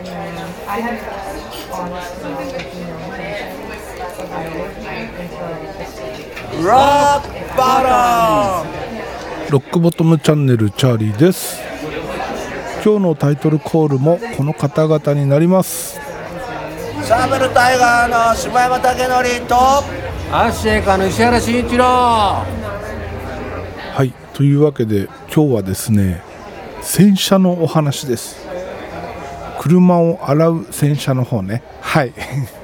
ロックボトムロックボトムチャンネルチャーリーです。今日のタイトルコールもこの方々になります。 シャーベルタイガーの柴山武則とアッシェイカの石原慎一郎。 はい、というわけで今日はですね、洗車のお話です。車を洗う洗車の方ね。はい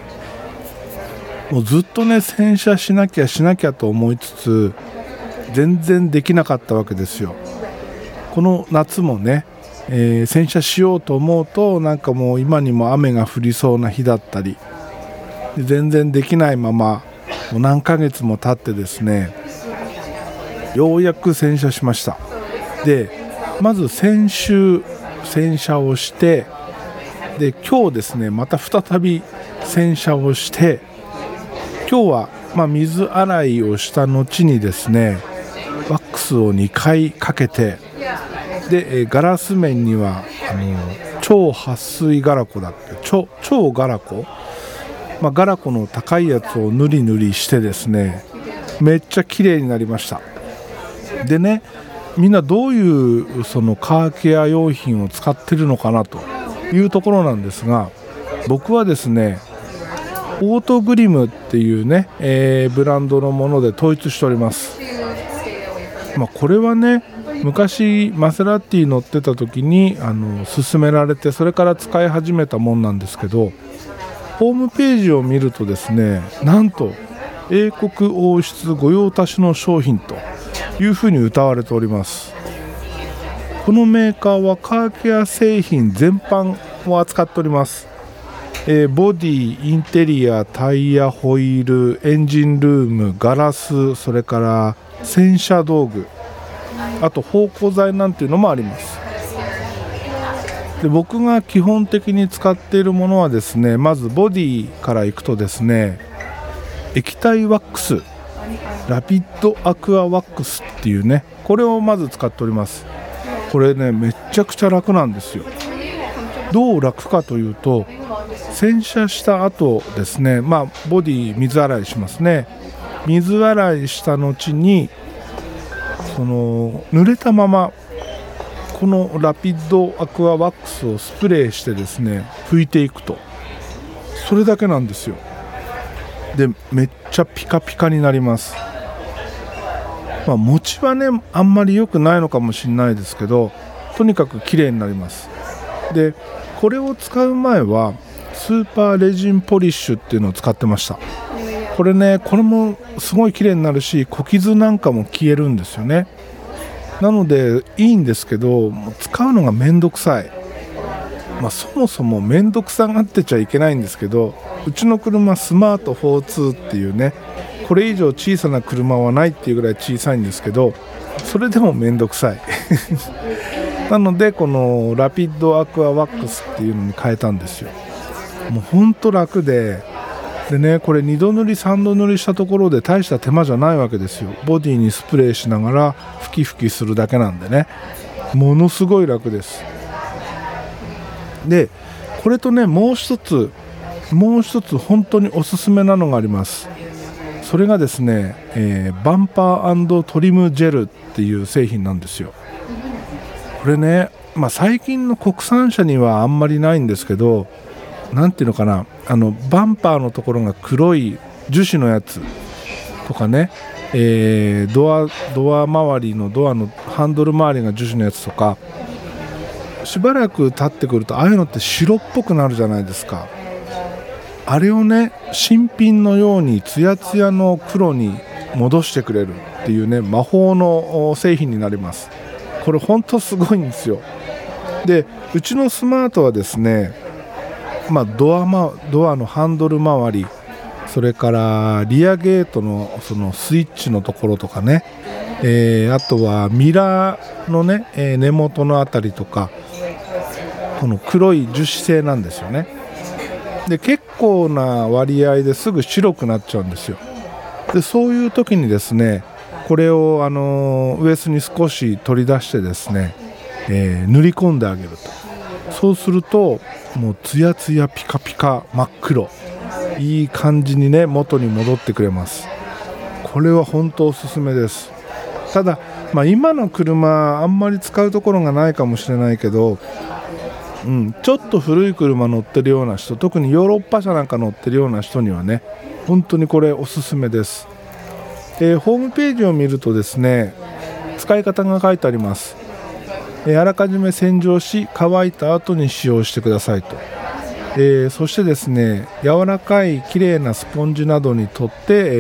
もうずっとね、洗車しなきゃと思いつつ全然できなかったわけですよ。この夏もね、洗車しようと思うとなんかもう今にも雨が降りそうな日だったりで、全然できないままもう何ヶ月も経ってですね、ようやく洗車しました。でまず先週洗車をして、で今日ですねまた再び洗車をして、今日は水洗いをした後にですねワックスを2回かけて、でガラス面には超撥水ガラコだって超ガラコ、ガラコの高いやつを塗りしてですね、めっちゃ綺麗になりました。でね、みんなどういうそのカーケア用品を使ってるのかなというところなんですが、僕はですねオートグリムっていうね、ブランドのもので統一しております。これはね、昔マセラティ乗ってた時に勧められて、それから使い始めたもんなんですけど、ホームページを見るとですね、なんと英国王室御用達の商品というふうに謳われております。このメーカーはカーケア製品全般を扱っております。ボディ、インテリア、タイヤ、ホイール、エンジンルーム、ガラス、それから洗車道具、あと芳香剤なんていうのもあります。で僕が基本的に使っているものはですね、まずボディからいくとですね、液体ワックス、ラピッドアクアワックスっていうね、これをまず使っております。これね、めっちゃくちゃ楽なんですよ。どう楽かというと、洗車した後ですね、ボディ水洗いしますね。水洗いした後にその濡れたままこのラピッドアクアワックスをスプレーしてですね拭いていくと、それだけなんですよ。でめっちゃピカピカになります。持ちはねあんまり良くないのかもしれないですけど、とにかく綺麗になります。でこれを使う前はスーパーレジンポリッシュっていうのを使ってました。これもすごい綺麗になるし、小傷なんかも消えるんですよね。なのでいいんですけど、使うのがめんどくさい。そもそもめんどくさがってちゃいけないんですけど、うちの車スマート42っていうね、これ以上小さな車はないっていうぐらい小さいんですけど、それでもめんどくさいなのでこのラピッドアクアワックスっていうのに変えたんですよ。もうほんと楽でね、これ2度塗り3度塗りしたところで大した手間じゃないわけですよ。ボディにスプレーしながら吹きするだけなんでね、ものすごい楽です。でこれとね、もう一つ本当におすすめなのがあります。それがですね、バンパー&トリムジェルっていう製品なんですよ。これね、最近の国産車にはあんまりないんですけど、なんていうのかな、バンパーのところが黒い樹脂のやつとかね、ドア周りのドアのハンドル周りが樹脂のやつとか、しばらく経ってくるとああいうのって白っぽくなるじゃないですか。あれをね、新品のようにツヤツヤの黒に戻してくれるっていうね、魔法の製品になります。これほんとすごいんですよ。でうちのスマートはですね、ドアのハンドル周り、それからリアゲートのそのスイッチのところとかね、あとはミラーのね、根元のあたりとか、この黒い樹脂製なんですよね。で結構な割合ですぐ白くなっちゃうんですよ。でそういう時にですね、これをウエスに少し取り出してですね、塗り込んであげると。 そうするともうツヤツヤピカピカ真っ黒、いい感じにね元に戻ってくれます。これは本当おすすめです。ただ、今の車あんまり使うところがないかもしれないけど、ちょっと古い車乗ってるような人、特にヨーロッパ車なんか乗ってるような人にはね本当にこれおすすめです。ホームページを見るとですね、使い方が書いてあります。あらかじめ洗浄し乾いた後に使用してくださいと。そしてですね、柔らかい綺麗なスポンジなどに取って、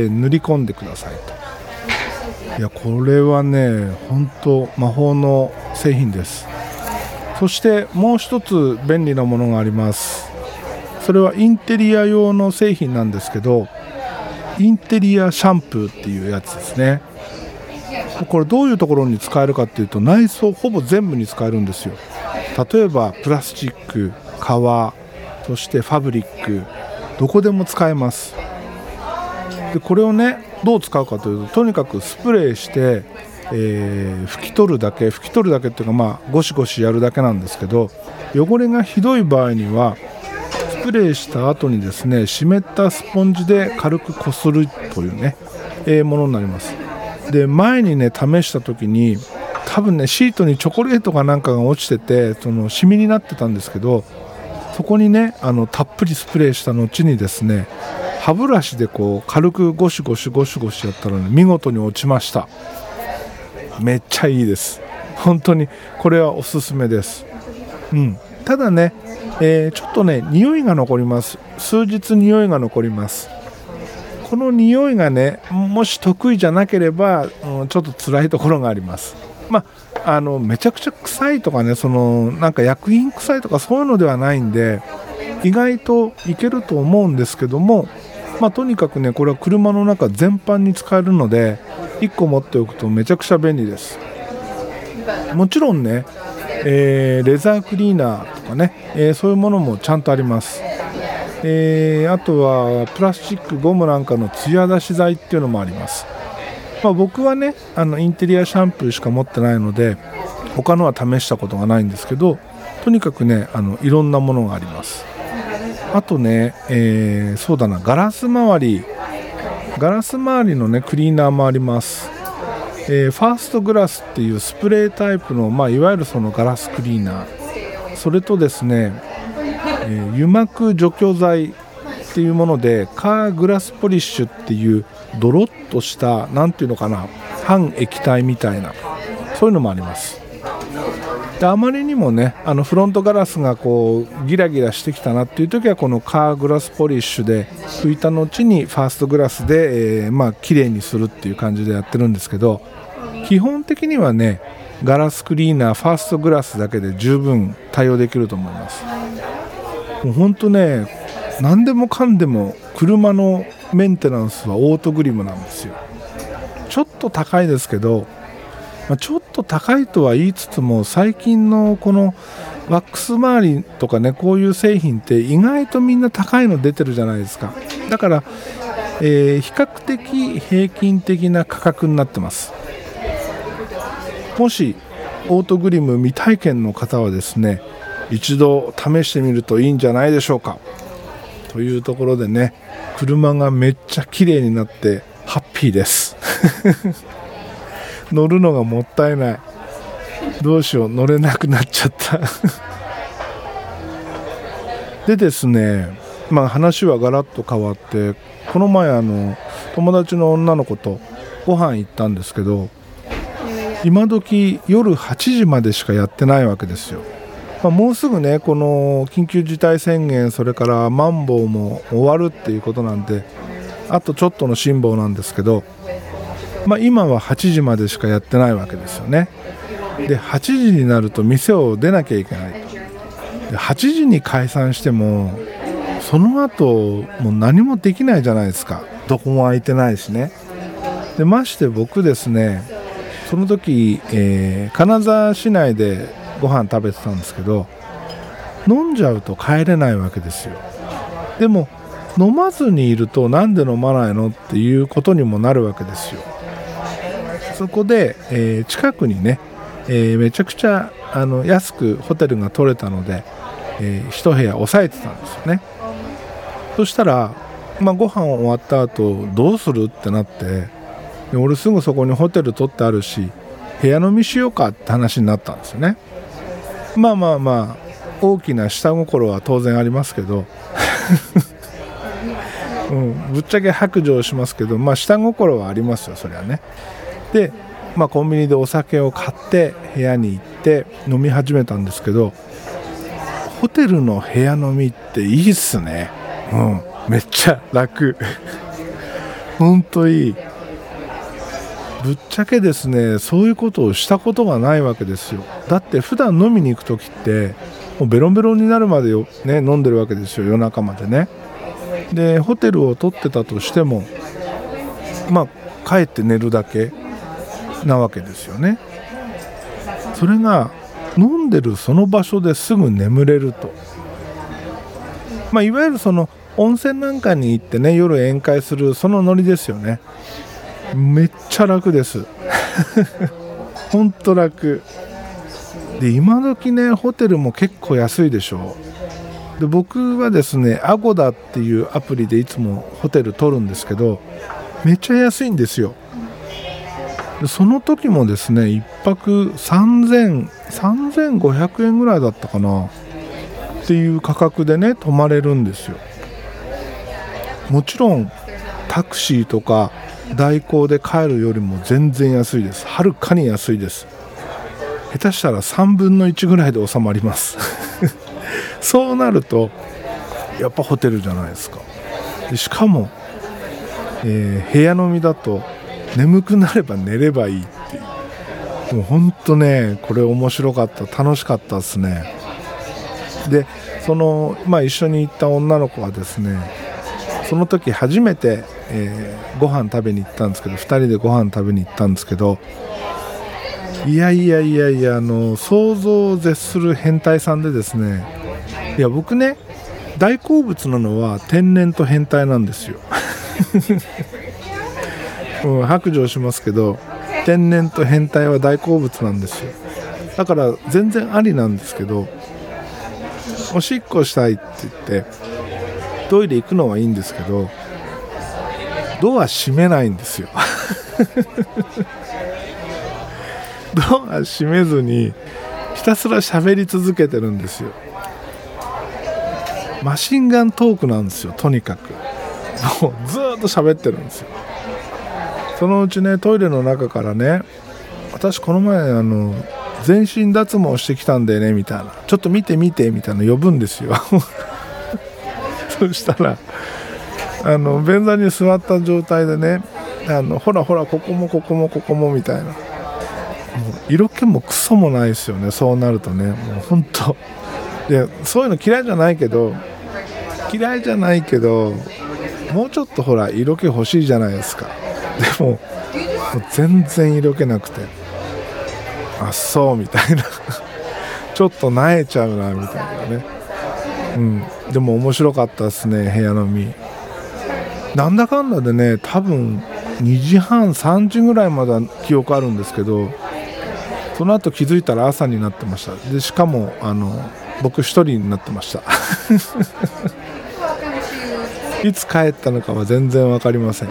塗り込んでくださいと。いや、これはね本当魔法の製品です。そしてもう一つ便利なものがあります。それはインテリア用の製品なんですけど、インテリアシャンプーっていうやつですね。これどういうところに使えるかっていうと、内装ほぼ全部に使えるんですよ。例えばプラスチック、革、そしてファブリック、どこでも使えます。でこれをねどう使うかというと、とにかくスプレーして、拭き取るだけっていうか、ゴシゴシやるだけなんですけど、汚れがひどい場合にはスプレーした後にですね、湿ったスポンジで軽くこするというね、ものになります。で前にね試した時に多分ねシートにチョコレートかなんかが落ちてて、そのシミになってたんですけど、そこにねたっぷりスプレーした後にですね、歯ブラシでこう軽くゴシゴシやったらね、見事に落ちました。めっちゃいいです。本当にこれはおすすめです。ただね、ちょっとね匂いが残ります。数日匂いが残ります。この匂いがねもし得意じゃなければ、ちょっと辛いところがあります。めちゃくちゃ臭いとかね、なんか薬品臭いとかそういうのではないんで、意外といけると思うんですけども、とにかくねこれは車の中全般に使えるので、1個持っておくとめちゃくちゃ便利です。もちろんね、レザークリーナーとかね、そういうものもちゃんとあります。あとはプラスチック、ゴムなんかのツヤ出し剤っていうのもあります。僕はねインテリアシャンプーしか持ってないので他のは試したことがないんですけど、とにかくねいろんなものがあります。あとね、そうだな、ガラス周りのねクリーナーもあります。ファーストグラスっていうスプレータイプの、いわゆるそのガラスクリーナー、それとですね、油膜除去剤っていうものでカーグラスポリッシュっていうドロッとしたなんていうのかな、半液体みたいな、そういうのもあります。であまりにもねフロントガラスがこうギラギラしてきたなっていう時は、このカーグラスポリッシュで拭いた後にファーストグラスで、綺麗にするっていう感じでやってるんですけど、基本的にはねガラスクリーナー、ファーストグラスだけで十分対応できると思います。もうほんとね、何でもかんでも車のメンテナンスはオートグリムなんですよ。ちょっと高いですけど、ちょっと高いとは言いつつも、最近のこのワックス周りとかね、こういう製品って意外とみんな高いの出てるじゃないですか。だから、比較的平均的な価格になってます。もしオートグリム未体験の方はですね、一度試してみるといいんじゃないでしょうか。というところでね、車がめっちゃ綺麗になってハッピーです乗るのがもったいない。どうしよう、乗れなくなっちゃったでですね、話はガラッと変わって、この前友達の女の子とご飯行ったんですけど、今時夜8時までしかやってないわけですよ。もうすぐねこの緊急事態宣言、それからマンボウも終わるっていうことなんで、あとちょっとの辛抱なんですけど、今は8時までしかやってないわけですよね。で8時になると店を出なきゃいけないと。で8時に解散してもその後もう何もできないじゃないですか。どこも空いてないしね。でまして僕ですね、その時、金沢市内でご飯食べてたんですけど、飲んじゃうと帰れないわけですよ。でも飲まずにいるとなんで飲まないのっていうことにもなるわけですよ。そこで、近くにね、めちゃくちゃ安くホテルが取れたので、一部屋抑えてたんですよね。そしたら、ご飯終わった後どうするってなって、で俺すぐそこにホテル取ってあるし部屋飲みしようかって話になったんですよね。大きな下心は当然ありますけどぶっちゃけ白状しますけど、下心はありますよ、それはね。で、コンビニでお酒を買って部屋に行って飲み始めたんですけど、ホテルの部屋飲みっていいっすね。めっちゃ楽ほんといい。ぶっちゃけですね、そういうことをしたことがないわけですよ。だって普段飲みに行く時ってもうベロンベロンになるまで飲んでるわけですよ、夜中までね。でホテルを取ってたとしても帰って寝るだけなわけですよね。それが飲んでるその場所ですぐ眠れると、いわゆるその温泉なんかに行ってね、夜宴会するそのノリですよね。めっちゃ楽ですほんと楽で、今時ねホテルも結構安いでしょ。で僕はですねアゴダっていうアプリでいつもホテル取るんですけど、めっちゃ安いんですよ。でその時もですね1泊3500円ぐらいだったかなっていう価格でね泊まれるんですよ。もちろんタクシーとか代行で帰るよりも全然安いです。はるかに安いです。下手したら3分の1ぐらいで収まりますそうなるとやっぱホテルじゃないですか。でしかも、部屋飲みだと眠くなれば寝ればいいっていう、もうほんとねこれ面白かった、楽しかったですね。でその、一緒に行った女の子はですね、その時初めて、ご飯食べに行ったんですけど、2人でご飯食べに行ったんですけど、いや想像を絶する変態さんでですね、いや僕ね大好物なのは天然と変態なんですよ白状しますけど、天然と変態は大好物なんですよ。だから全然ありなんですけど、おしっこしたいって言ってトイレ行くのはいいんですけど、ドア閉めないんですよドア閉めずにひたすら喋り続けてるんですよ。マシンガントークなんですよ。とにかくもうずーっと喋ってるんですよ。そのうちねトイレの中からね、私この前全身脱毛してきたんでねみたいな、ちょっと見てみたいな呼ぶんですよそしたら便座に座った状態でね、ほらここもみたいな、もう色気もクソもないですよね。そうなるとね、もう本当そういうの嫌いじゃないけどもうちょっとほら色気欲しいじゃないですか。でも全然色気なくて、あっそうみたいなちょっと萎えちゃうなみたいなね。でも面白かったですね、部屋飲み。なんだかんだでね多分2時半3時ぐらいまで記憶あるんですけど、その後気づいたら朝になってました。でしかも僕一人になってましたいつ帰ったのかは全然分かりません。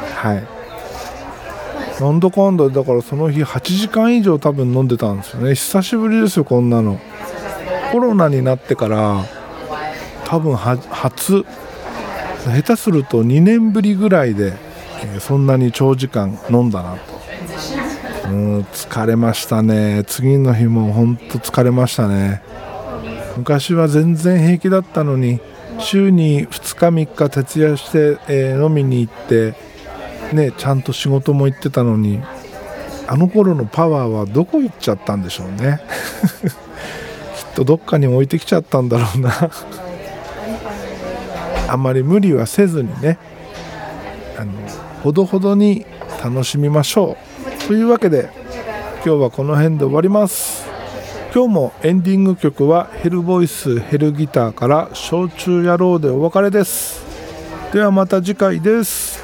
なんだかんだだからその日8時間以上多分飲んでたんですよね。久しぶりですよこんなの。コロナになってから多分初、下手すると2年ぶりぐらいで、そんなに長時間飲んだなと。疲れましたね。次の日も本当疲れましたね。昔は全然平気だったのに、週に2日3日徹夜して、飲みに行ってね、ちゃんと仕事も行ってたのに、あの頃のパワーはどこ行っちゃったんでしょうねきっとどっかに置いてきちゃったんだろうなあまり無理はせずにね、ほどほどに楽しみましょうというわけで、今日はこの辺で終わります。今日もエンディング曲はヘルボイスヘルギターから焼酎野郎でお別れです。ではまた次回です。